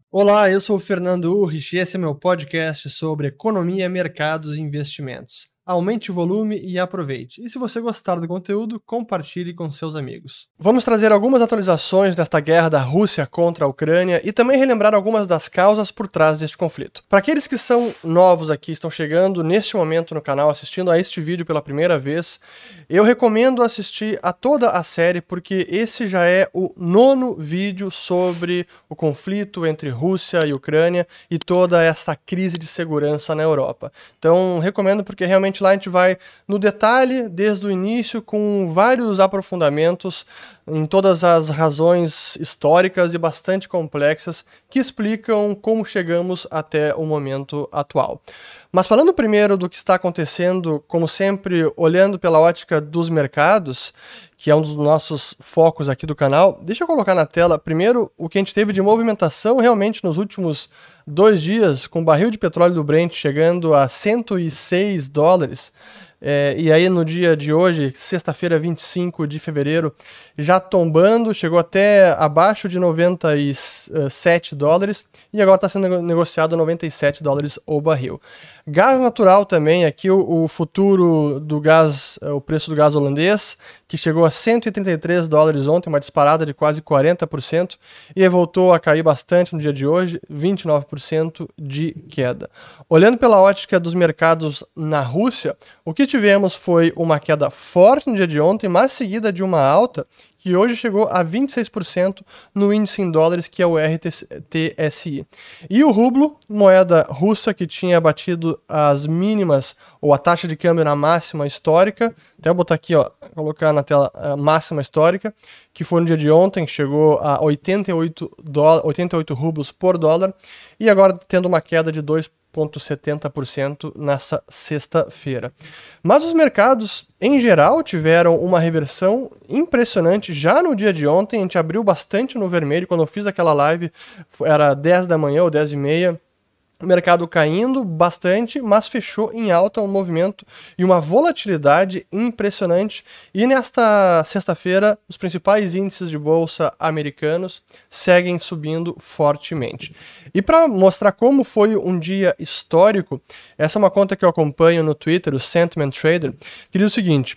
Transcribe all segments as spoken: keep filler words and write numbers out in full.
Olá, eu sou o Fernando Urrich e esse é meu podcast sobre economia, mercados e investimentos. Aumente o volume e aproveite. E se você gostar do conteúdo, compartilhe com seus amigos. Vamos trazer algumas atualizações desta guerra da Rússia contra a Ucrânia e também relembrar algumas das causas por trás deste conflito. Para aqueles que são novos aqui, estão chegando neste momento no canal, assistindo a este vídeo pela primeira vez, eu recomendo assistir a toda a série porque esse já é o nono vídeo sobre o conflito entre Rússia e Ucrânia e toda essa crise de segurança na Europa. Então, recomendo porque realmente lá a gente vai no detalhe, desde o início, com vários aprofundamentos em todas as razões históricas e bastante complexas que explicam como chegamos até o momento atual. Mas falando primeiro do que está acontecendo, como sempre, olhando pela ótica dos mercados, que é um dos nossos focos aqui do canal, deixa eu colocar na tela primeiro o que a gente teve de movimentação realmente nos últimos dois dias, com o barril de petróleo do Brent chegando a cento e seis dólares. É, e aí no dia de hoje, sexta-feira, vinte e cinco de fevereiro, já tombando, chegou até abaixo de noventa e sete dólares e agora está sendo negociado a noventa e sete dólares o barril. Gás natural também, aqui o, o futuro do gás, o preço do gás holandês, que chegou a cento e trinta e três dólares ontem, uma disparada de quase quarenta por cento, e voltou a cair bastante no dia de hoje, vinte e nove por cento de queda. Olhando pela ótica dos mercados na Rússia, o que tivemos foi uma queda forte no dia de ontem, mas seguida de uma alta, que hoje chegou a vinte e seis por cento no índice em dólares, que é o R T S I. E o rublo, moeda russa que tinha batido as mínimas, ou a taxa de câmbio na máxima histórica, até eu botar aqui, ó, colocar na tela a máxima histórica, que foi no dia de ontem, chegou a oitenta e oito, dólares, oitenta e oito rublos por dólar, e agora tendo uma queda de dois vírgula setenta por cento nessa sexta-feira. Mas os mercados, em geral, tiveram uma reversão impressionante já no dia de ontem. A gente abriu bastante no vermelho. Quando eu fiz aquela live, era dez da manhã ou dez e meia. O mercado caindo bastante, mas fechou em alta, um movimento e uma volatilidade impressionante. E nesta sexta-feira, os principais índices de bolsa americanos seguem subindo fortemente. E para mostrar como foi um dia histórico, essa é uma conta que eu acompanho no Twitter, o Sentiment Trader, que diz o seguinte: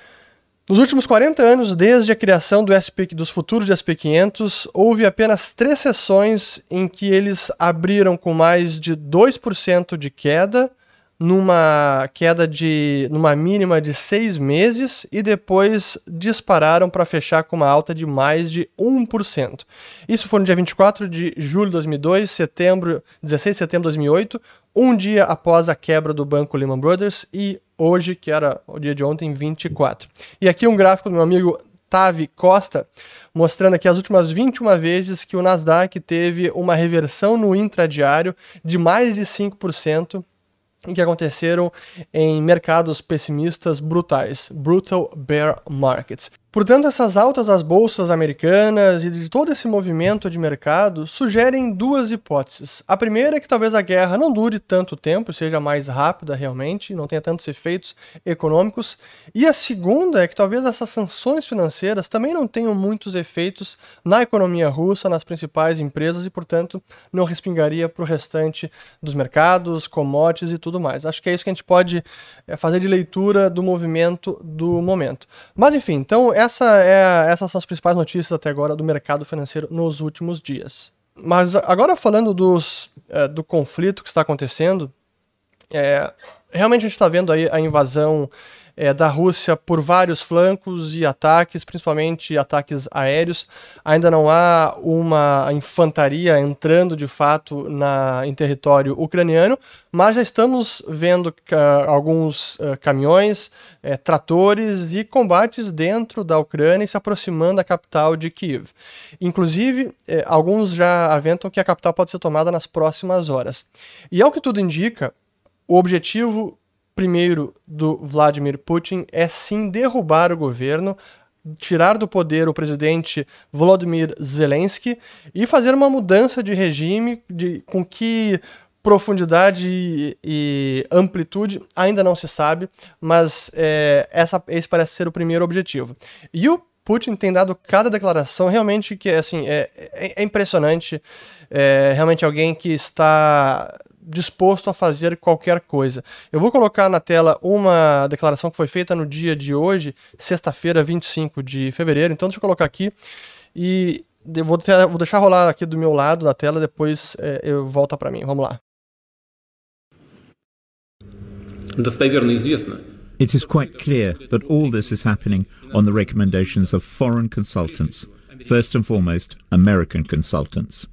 nos últimos quarenta anos, desde a criação do S P, dos futuros de S P quinhentos, houve apenas três sessões em que eles abriram com mais de dois por cento de queda, numa queda de numa mínima de seis meses, e depois dispararam para fechar com uma alta de mais de um por cento. Isso foi no dia vinte e quatro de julho de dois mil e dois, setembro, dezesseis de setembro de dois mil e oito, um dia após a quebra do banco Lehman Brothers, e hoje, que era o dia de ontem, vinte e quatro. E aqui um gráfico do meu amigo Tavi Costa, mostrando aqui as últimas vinte e uma vezes que o Nasdaq teve uma reversão no intradiário de mais de cinco por cento, que aconteceram em mercados pessimistas brutais, brutal bear markets. Portanto, essas altas das bolsas americanas e de todo esse movimento de mercado sugerem duas hipóteses. A primeira é que talvez a guerra não dure tanto tempo, seja mais rápida realmente, não tenha tantos efeitos econômicos. E a segunda é que talvez essas sanções financeiras também não tenham muitos efeitos na economia russa, nas principais empresas, e, portanto, não respingaria para o restante dos mercados, commodities e tudo mais. Acho que é isso que a gente pode fazer de leitura do movimento do momento. Mas, enfim, então, Essa é, essas são as principais notícias até agora do mercado financeiro nos últimos dias. Mas agora falando dos, é, do conflito que está acontecendo, é, realmente a gente está vendo aí a invasão é, da Rússia por vários flancos e ataques, principalmente ataques aéreos. Ainda não há uma infantaria entrando de fato na, em território ucraniano, mas já estamos vendo uh, alguns uh, caminhões, uh, tratores e combates dentro da Ucrânia e se aproximando da capital de Kiev. Inclusive, uh, alguns já aventam que a capital pode ser tomada nas próximas horas. E ao que tudo indica, o objetivo primeiro do Vladimir Putin é sim derrubar o governo, tirar do poder o presidente Volodymyr Zelensky e fazer uma mudança de regime de, com que profundidade e, e amplitude ainda não se sabe, mas é, essa, esse parece ser o primeiro objetivo. E o Putin tem dado cada declaração realmente que assim, é, é, é impressionante, é realmente alguém que está disposto a fazer qualquer coisa. Eu vou colocar na tela uma declaração que foi feita no dia de hoje, sexta-feira, vinte e cinco de fevereiro, então deixa eu colocar aqui e vou, ter, vou deixar rolar aqui do meu lado da tela, depois é, eu volto para mim. Vamos lá. Достоверно известно. It is quite clear that all this is happening on the recommendations of foreign consultants, first and foremost, American consultants.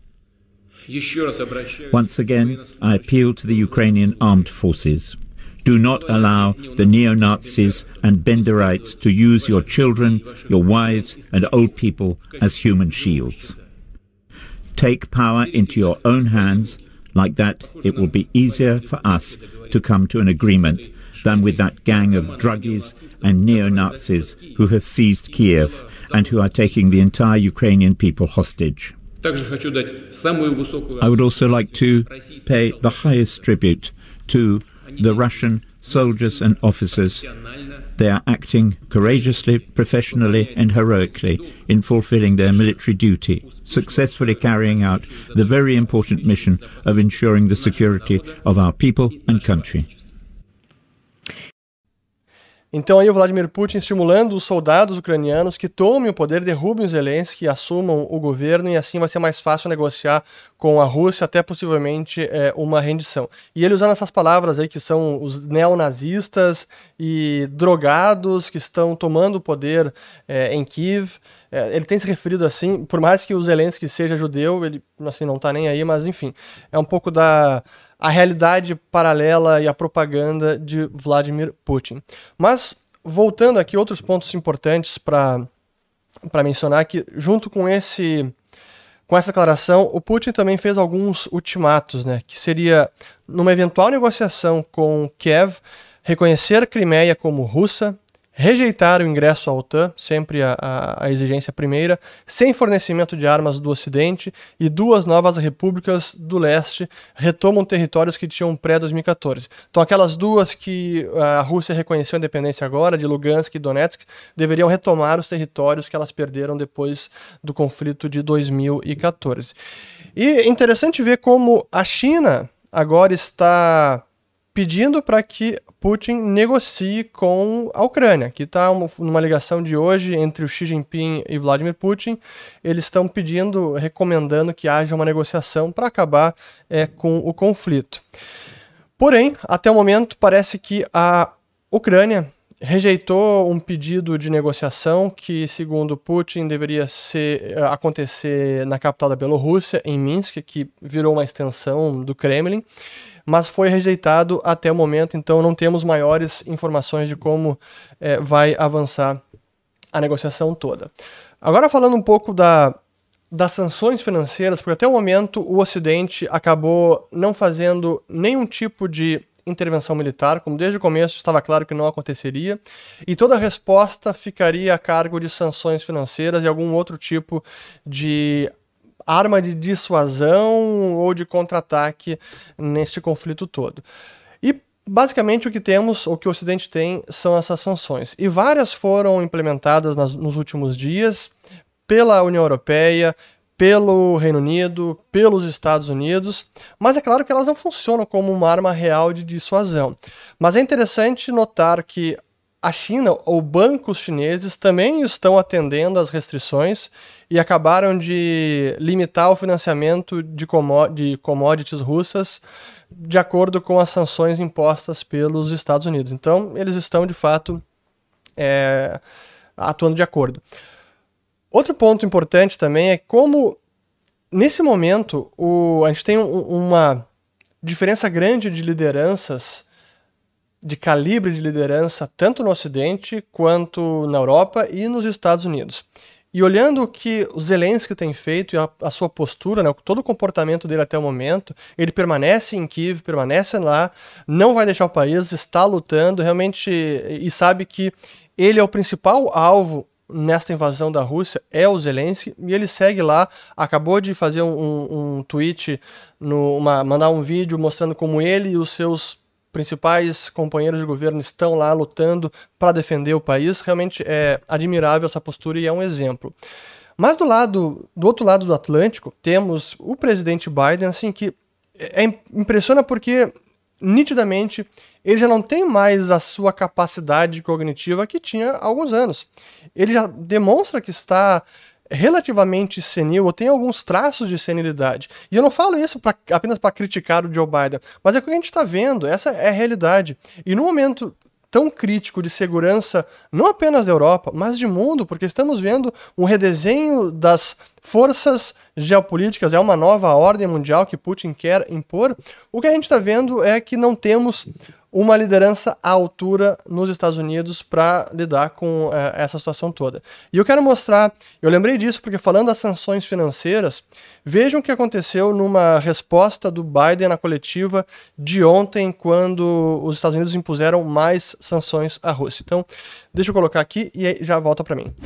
Once again, I appeal to the Ukrainian armed forces. Do not allow the neo-Nazis and Benderites to use your children, your wives and old people as human shields. Take power into your own hands. Like that, it will be easier for us to come to an agreement than with that gang of druggies and neo-Nazis who have seized Kiev and who are taking the entire Ukrainian people hostage. I would also like to pay the highest tribute to the Russian soldiers and officers. They are acting courageously, professionally and heroically in fulfilling their military duty, successfully carrying out the very important mission of ensuring the security of our people and country. Então aí o Vladimir Putin estimulando os soldados ucranianos que tomem o poder, derrubem os Zelensky, assumam o governo e assim vai ser mais fácil negociar com a Rússia, até possivelmente é, uma rendição. E ele usando essas palavras aí que são os neonazistas e drogados que estão tomando o poder é, em Kiev. É, ele tem se referido assim, por mais que o Zelensky seja judeu, ele assim, não tá nem aí, mas enfim, é um pouco da a realidade paralela e a propaganda de Vladimir Putin. Mas, voltando aqui, outros pontos importantes para para mencionar que, junto com esse com essa declaração, o Putin também fez alguns ultimatos, né, que seria, numa eventual negociação com Kiev, reconhecer a Crimeia como russa, rejeitar o ingresso à OTAN, sempre a, a, a exigência primeira, sem fornecimento de armas do Ocidente, e duas novas repúblicas do leste retomam territórios que tinham pré-dois mil e quatorze. Então aquelas duas que a Rússia reconheceu a independência agora, de Lugansk e Donetsk, deveriam retomar os territórios que elas perderam depois do conflito de dois mil e quatorze. E é interessante ver como a China agora está pedindo para que Putin negocie com a Ucrânia, que está numa ligação de hoje entre o Xi Jinping e Vladimir Putin. Eles estão pedindo, recomendando que haja uma negociação para acabar é, com o conflito. Porém, até o momento, parece que a Ucrânia rejeitou um pedido de negociação que, segundo Putin, deveria ser, acontecer na capital da Bielorrússia, em Minsk, que virou uma extensão do Kremlin, mas foi rejeitado até o momento, então não temos maiores informações de como é, vai avançar a negociação toda. Agora falando um pouco da, das sanções financeiras, porque até o momento o Ocidente acabou não fazendo nenhum tipo de intervenção militar, como desde o começo estava claro que não aconteceria, e toda a resposta ficaria a cargo de sanções financeiras e algum outro tipo de arma de dissuasão ou de contra-ataque neste conflito todo. E basicamente o que temos, o que o Ocidente tem, são essas sanções. E várias foram implementadas nas, nos últimos dias pela União Europeia, pelo Reino Unido, pelos Estados Unidos, mas é claro que elas não funcionam como uma arma real de dissuasão. Mas é interessante notar que a China ou bancos chineses também estão atendendo às restrições e acabaram de limitar o financiamento de, comó- de commodities russas de acordo com as sanções impostas pelos Estados Unidos. Então, eles estão, de fato, é, atuando de acordo. Outro ponto importante também é como, nesse momento, o, a gente tem um, uma diferença grande de lideranças, de calibre de liderança, tanto no Ocidente quanto na Europa e nos Estados Unidos. E olhando o que o Zelensky tem feito e a, a sua postura, né, todo o comportamento dele até o momento, ele permanece em Kiev, permanece lá, não vai deixar o país, está lutando realmente e sabe que ele é o principal alvo nesta invasão da Rússia, é o Zelensky, e ele segue lá, acabou de fazer um, um, um tweet, no, uma, mandar um vídeo mostrando como ele e os seus principais companheiros de governo estão lá lutando para defender o país. Realmente é admirável essa postura e é um exemplo. Mas do lado, do outro lado do Atlântico, temos o presidente Biden, assim, que é, impressiona porque, nitidamente, ele já não tem mais a sua capacidade cognitiva que tinha há alguns anos. Ele já demonstra que está relativamente senil, ou tem alguns traços de senilidade. E eu não falo isso pra, apenas para criticar o Joe Biden, mas é o que a gente está vendo, essa é a realidade. E no momento tão crítico de segurança, não apenas da Europa, mas de mundo, porque estamos vendo um redesenho das forças geopolíticas, é uma nova ordem mundial que Putin quer impor. O que a gente está vendo é que não temos uma liderança à altura nos Estados Unidos para lidar com é, essa situação toda. E eu quero mostrar, eu lembrei disso porque falando das sanções financeiras, vejam o que aconteceu numa resposta do Biden na coletiva de ontem, quando os Estados Unidos impuseram mais sanções à Rússia. Então, deixa eu colocar aqui e aí já volta para mim.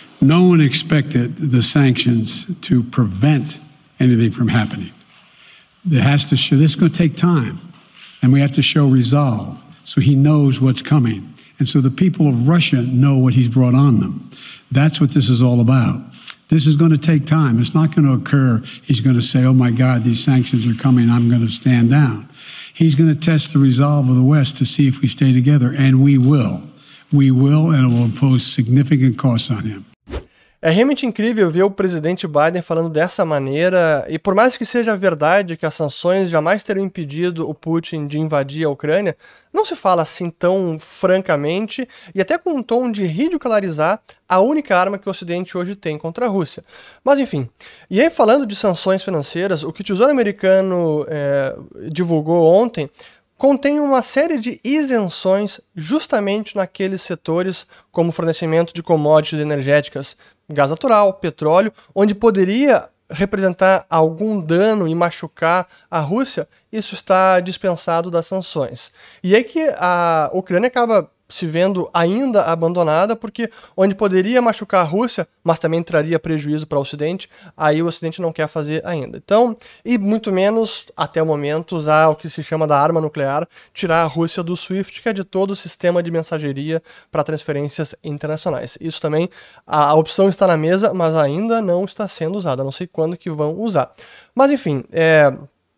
No one expected the sanctions to prevent anything from happening. There has to show, this is going to take time. And we have to show resolve so he knows what's coming. And so the people of Russia know what he's brought on them. That's what this is all about. This is going to take time. It's not going to occur. He's going to say, oh my God, these sanctions are coming. I'm going to stand down. He's going to test the resolve of the West to see if we stay together. And we will. We will, and it will impose significant costs on him. É realmente incrível ver o presidente Biden falando dessa maneira, e por mais que seja verdade que as sanções jamais teriam impedido o Putin de invadir a Ucrânia, não se fala assim tão francamente e até com um tom de ridicularizar a única arma que o Ocidente hoje tem contra a Rússia. Mas enfim, e aí falando de sanções financeiras, o que o Tesouro Americano é, divulgou ontem contém uma série de isenções justamente naqueles setores como fornecimento de commodities energéticas, gás natural, petróleo, onde poderia representar algum dano e machucar a Rússia, isso está dispensado das sanções. E é que a Ucrânia acaba se vendo ainda abandonada, porque onde poderia machucar a Rússia, mas também traria prejuízo para o Ocidente, aí o Ocidente não quer fazer ainda. Então, e muito menos, até o momento, usar o que se chama da arma nuclear, tirar a Rússia do SWIFT, que é de todo o sistema de mensageria para transferências internacionais. Isso também, a, a opção está na mesa, mas ainda não está sendo usada, não sei quando que vão usar. Mas enfim, é...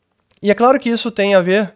e é claro que isso tem a ver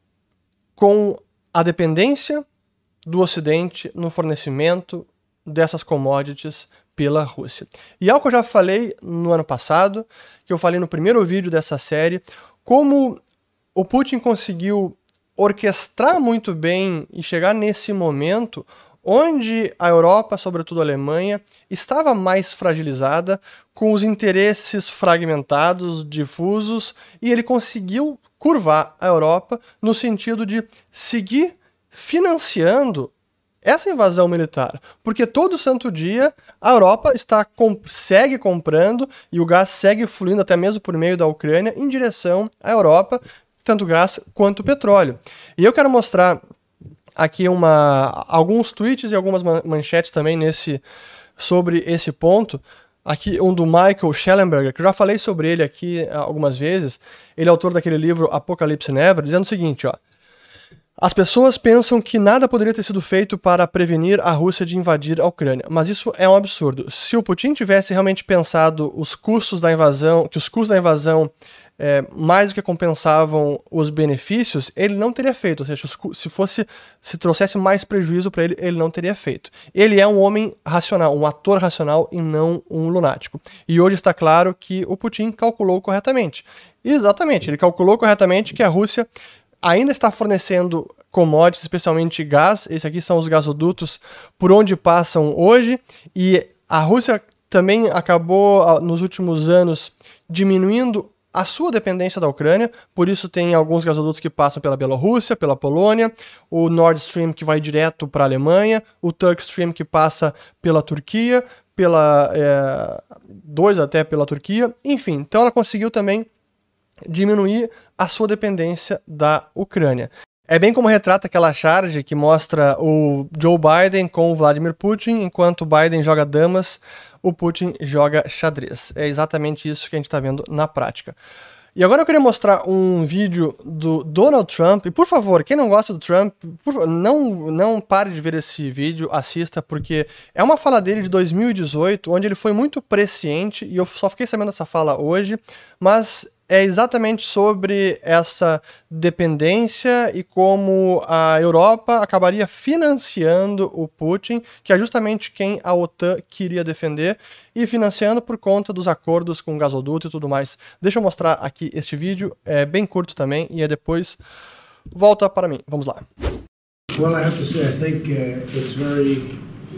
com a dependência do Ocidente no fornecimento dessas commodities pela Rússia. E algo que eu já falei no ano passado, que eu falei no primeiro vídeo dessa série, como o Putin conseguiu orquestrar muito bem e chegar nesse momento onde a Europa, sobretudo a Alemanha, estava mais fragilizada, com os interesses fragmentados, difusos, e ele conseguiu curvar a Europa no sentido de seguir financiando essa invasão militar, porque todo santo dia a Europa está comp- segue comprando e o gás segue fluindo até mesmo por meio da Ucrânia em direção à Europa, tanto gás quanto petróleo. E eu quero mostrar aqui uma, alguns tweets e algumas manchetes também nesse, sobre esse ponto. Aqui um do Michael Schellenberger, que eu já falei sobre ele aqui algumas vezes. Ele é autor daquele livro Apocalypse Never, dizendo o seguinte, ó: as pessoas pensam que nada poderia ter sido feito para prevenir a Rússia de invadir a Ucrânia, mas isso é um absurdo. Se o Putin tivesse realmente pensado os custos da invasão, que os custos da invasão é, mais do que compensavam os benefícios, ele não teria feito. Ou seja, se fosse, se trouxesse mais prejuízo para ele, ele não teria feito. Ele é um homem racional, um ator racional e não um lunático. E hoje está claro que o Putin calculou corretamente. Exatamente, ele calculou corretamente que a Rússia ainda está fornecendo commodities, especialmente gás. Esses aqui são os gasodutos por onde passam hoje. E a Rússia também acabou, nos últimos anos, diminuindo a sua dependência da Ucrânia. Por isso tem alguns gasodutos que passam pela Bielorrússia, pela Polônia, o Nord Stream que vai direto para a Alemanha, o Turk Stream que passa pela Turquia, pela é, dois até pela Turquia. Enfim, então ela conseguiu também diminuir a sua dependência da Ucrânia. É bem como retrata aquela charge que mostra o Joe Biden com o Vladimir Putin, enquanto o Biden joga damas, o Putin joga xadrez. É exatamente isso que a gente está vendo na prática. E agora eu queria mostrar um vídeo do Donald Trump. E por favor, quem não gosta do Trump, por favor, não, não pare de ver esse vídeo, assista, porque é uma fala dele de dois mil e dezoito, onde ele foi muito presciente, e eu só fiquei sabendo dessa fala hoje, mas é exatamente sobre essa dependência e como a Europa acabaria financiando o Putin, que é justamente quem a OTAN queria defender, e financiando por conta dos acordos com o gasoduto e tudo mais. Deixa eu mostrar aqui este vídeo, é bem curto também, e aí depois volta para mim. Vamos lá. Well, I have to say, I think uh, it's very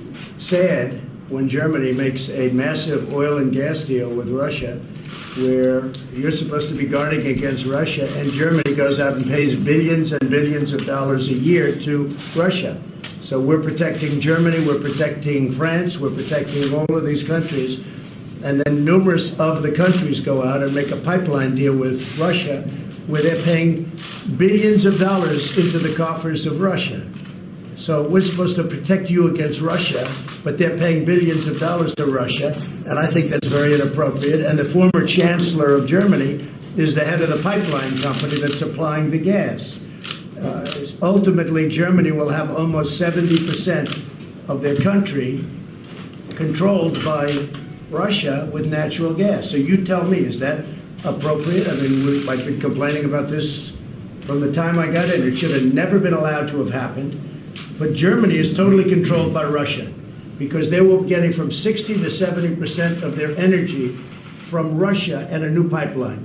sad when Germany makes a massive oil and gas deal with Russia, where you're supposed to be guarding against Russia, and Germany goes out and pays billions and billions of dollars a year to Russia. So we're protecting Germany, we're protecting France, we're protecting all of these countries, and then numerous of the countries go out and make a pipeline deal with Russia, where they're paying billions of dollars into the coffers of Russia. So we're supposed to protect you against Russia, but they're paying billions of dollars to Russia, and I think that's very inappropriate. And the former chancellor of Germany is the head of the pipeline company that's supplying the gas. Uh, ultimately, Germany will have almost seventy percent of their country controlled by Russia with natural gas. So you tell me, is that appropriate? I mean, we, I've been complaining about this from the time I got in. It should have never been allowed to have happened. But Germany is totally controlled by Russia because they were getting from sixty to seventy percent of their energy from Russia and a new pipeline.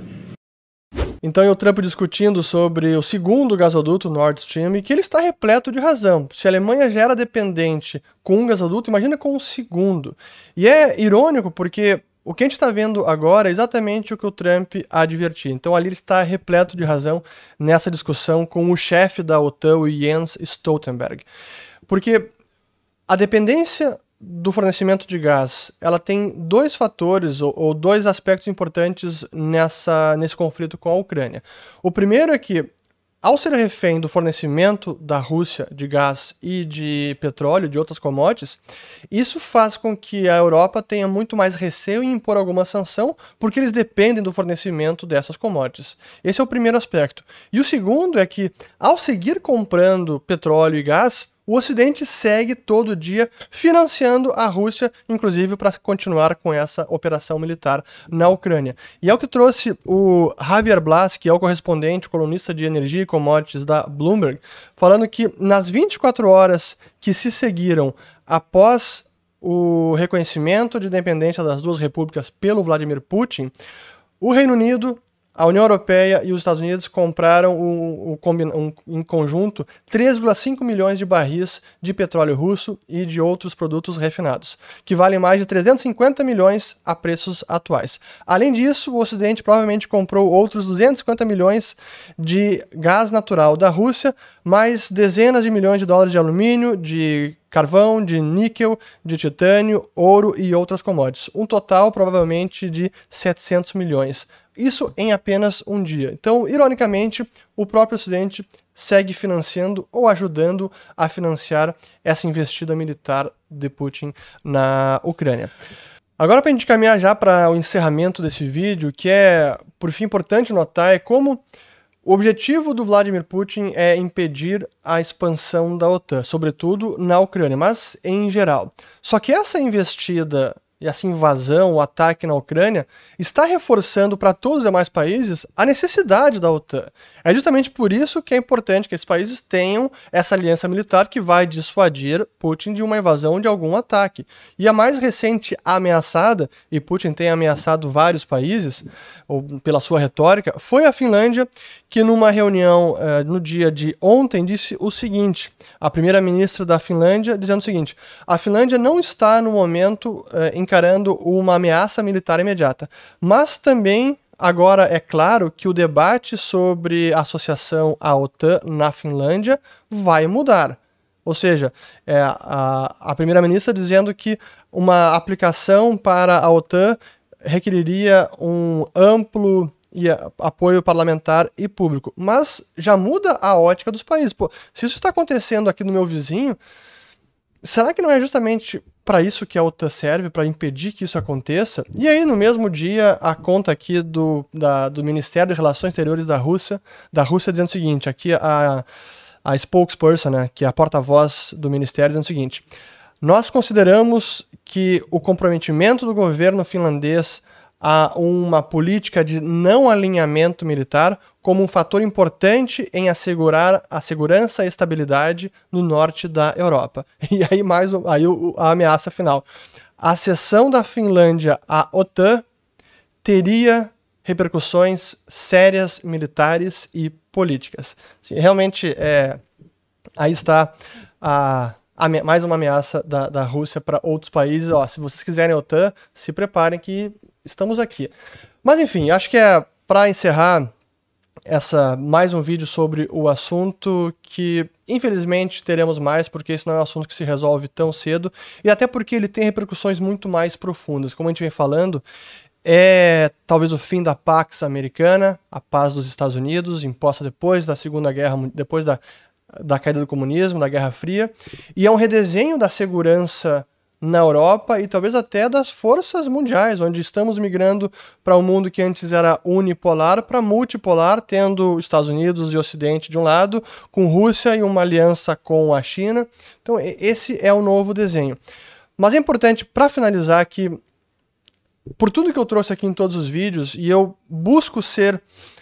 Então, o Trump discutindo sobre o segundo gasoduto Nord Stream, e que ele está repleto de razão. Se a Alemanha já era dependente com um gasoduto, imagina com o segundo. E é irônico porque o que a gente está vendo agora é exatamente o que o Trump advertia. Então ali ele está repleto de razão nessa discussão com o chefe da OTAN, o Jens Stoltenberg. Porque a dependência do fornecimento de gás, ela tem dois fatores ou, ou dois aspectos importantes nessa, nesse conflito com a Ucrânia. O primeiro é que, ao ser refém do fornecimento da Rússia de gás e de petróleo, de outras commodities, isso faz com que a Europa tenha muito mais receio em impor alguma sanção, porque eles dependem do fornecimento dessas commodities. Esse é o primeiro aspecto. E o segundo é que, ao seguir comprando petróleo e gás, o Ocidente segue todo dia financiando a Rússia, inclusive para continuar com essa operação militar na Ucrânia. E é o que trouxe o Javier Blas, que é o correspondente, colunista de energia e commodities da Bloomberg, falando que nas vinte e quatro horas que se seguiram após o reconhecimento de independência das duas repúblicas pelo Vladimir Putin, o Reino Unido, a União Europeia e os Estados Unidos compraram um, um, um, em conjunto três vírgula cinco milhões de barris de petróleo russo e de outros produtos refinados, que valem mais de trezentos e cinquenta milhões a preços atuais. Além disso, o Ocidente provavelmente comprou outros duzentos e cinquenta milhões de gás natural da Rússia, mais dezenas de milhões de dólares de alumínio, de carvão, de níquel, de titânio, ouro e outras commodities. Um total, provavelmente, de setecentos milhões. Isso em apenas um dia. Então, ironicamente, o próprio Ocidente segue financiando ou ajudando a financiar essa investida militar de Putin na Ucrânia. Agora, para a gente caminhar já para o encerramento desse vídeo, que é, por fim, importante notar, é como o objetivo do Vladimir Putin é impedir a expansão da OTAN, sobretudo na Ucrânia, mas em geral. Só que essa investida e essa invasão, o ataque na Ucrânia, está reforçando para todos os demais países a necessidade da OTAN. É justamente por isso que é importante que esses países tenham essa aliança militar que vai dissuadir Putin de uma invasão, de algum ataque. E a mais recente ameaçada, e Putin tem ameaçado vários países, ou pela sua retórica, foi a Finlândia, que numa reunião eh, no dia de ontem disse o seguinte, a primeira-ministra da Finlândia dizendo o seguinte: a Finlândia não está no momento eh, encarando uma ameaça militar imediata, mas também agora é claro que o debate sobre a associação à OTAN na Finlândia vai mudar. Ou seja, é, a, a primeira-ministra dizendo que uma aplicação para a OTAN requeriria um amplo e apoio parlamentar e público. Mas já muda a ótica dos países. Pô, se isso está acontecendo aqui no meu vizinho, será que não é justamente para isso que a OTAN serve, para impedir que isso aconteça? E aí, no mesmo dia, a conta aqui do, da, do Ministério de Relações Exteriores da Rússia, da Rússia dizendo o seguinte, aqui a, a spokesperson, né, que é a porta-voz do Ministério, dizendo o seguinte: nós consideramos que o comprometimento do governo finlandês a uma política de não alinhamento militar como um fator importante em assegurar a segurança e a estabilidade no norte da Europa. E aí mais aí a ameaça final. A cessão da Finlândia à OTAN teria repercussões sérias militares e políticas. Realmente, é, aí está a... mais uma ameaça da, da Rússia para outros países. Ó, se vocês quiserem a OTAN, se preparem que estamos aqui. Mas enfim, acho que é para encerrar essa, mais um vídeo sobre o assunto, que infelizmente teremos mais, porque isso não é um assunto que se resolve tão cedo, e até porque ele tem repercussões muito mais profundas. Como a gente vem falando, é talvez o fim da Pax Americana, a paz dos Estados Unidos, imposta depois da Segunda Guerra, depois da da queda do comunismo, da Guerra Fria, e é um redesenho da segurança na Europa e talvez até das forças mundiais, onde estamos migrando para um mundo que antes era unipolar para multipolar, tendo Estados Unidos e Ocidente de um lado, com Rússia e uma aliança com a China. Então esse é o novo desenho. Mas é importante, para finalizar, que por tudo que eu trouxe aqui em todos os vídeos, e eu busco ser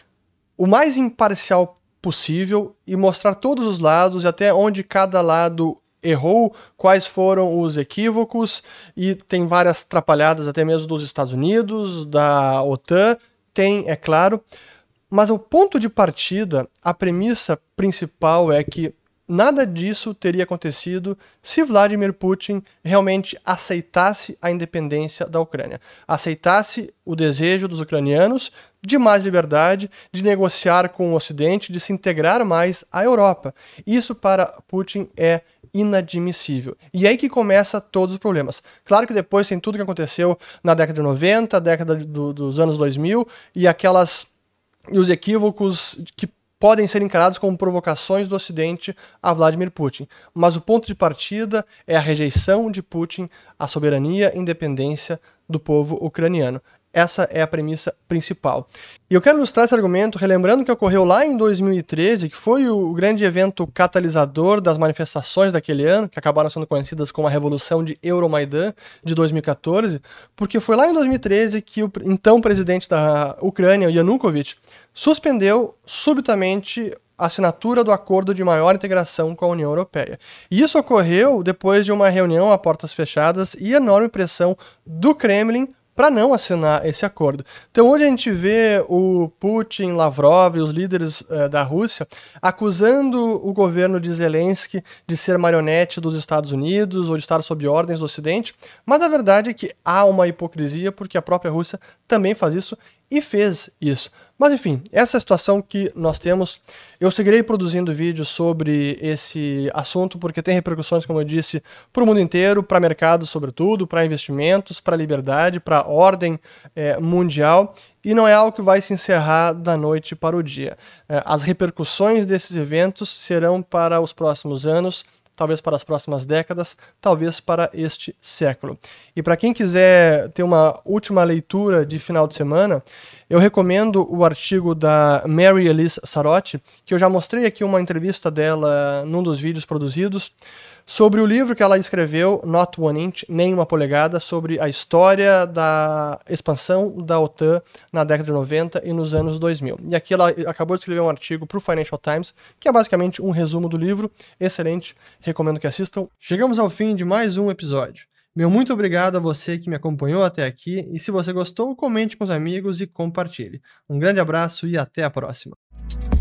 o mais imparcial possível e mostrar todos os lados e até onde cada lado errou, quais foram os equívocos, e tem várias atrapalhadas até mesmo dos Estados Unidos, da OTAN, tem, é claro, mas o ponto de partida, a premissa principal é que nada disso teria acontecido se Vladimir Putin realmente aceitasse a independência da Ucrânia, aceitasse o desejo dos ucranianos de mais liberdade, de negociar com o Ocidente, de se integrar mais à Europa. Isso para Putin é inadmissível. E é aí que começa todos os problemas. Claro que depois tem tudo que aconteceu na década de noventa, década do, dos anos dois mil, e aquelas e os equívocos que podem ser encarados como provocações do Ocidente a Vladimir Putin. Mas o ponto de partida é a rejeição de Putin à soberania e independência do povo ucraniano. Essa é a premissa principal. E eu quero ilustrar esse argumento relembrando que ocorreu lá em dois mil e treze, que foi o grande evento catalisador das manifestações daquele ano, que acabaram sendo conhecidas como a Revolução de Euromaidan de dois mil e quatorze, porque foi lá em dois mil e treze que o então presidente da Ucrânia, Yanukovych, suspendeu subitamente a assinatura do acordo de maior integração com a União Europeia. E isso ocorreu depois de uma reunião a portas fechadas e enorme pressão do Kremlin para não assinar esse acordo. Então hoje a gente vê o Putin, Lavrov e os líderes eh, da Rússia acusando o governo de Zelensky de ser marionete dos Estados Unidos ou de estar sob ordens do Ocidente, mas a verdade é que há uma hipocrisia, porque a própria Rússia também faz isso e fez isso. Mas enfim, essa é a situação que nós temos. Eu seguirei produzindo vídeos sobre esse assunto, porque tem repercussões, como eu disse, para o mundo inteiro, para mercados sobretudo, para investimentos, para liberdade, para ordem é, mundial, e não é algo que vai se encerrar da noite para o dia. É, as repercussões desses eventos serão para os próximos anos, talvez para as próximas décadas, talvez para este século. E para quem quiser ter uma última leitura de final de semana, eu recomendo o artigo da Mary Elise Sarotti, que eu já mostrei aqui uma entrevista dela num dos vídeos produzidos, sobre o livro que ela escreveu, Not One Inch, Nem Uma Polegada, sobre a história da expansão da OTAN na década de noventa e nos anos dois mil. E aqui ela acabou de escrever um artigo para o Financial Times, que é basicamente um resumo do livro, excelente, recomendo que assistam. Chegamos ao fim de mais um episódio. Meu muito obrigado a você que me acompanhou até aqui, e se você gostou, comente com os amigos e compartilhe. Um grande abraço e até a próxima.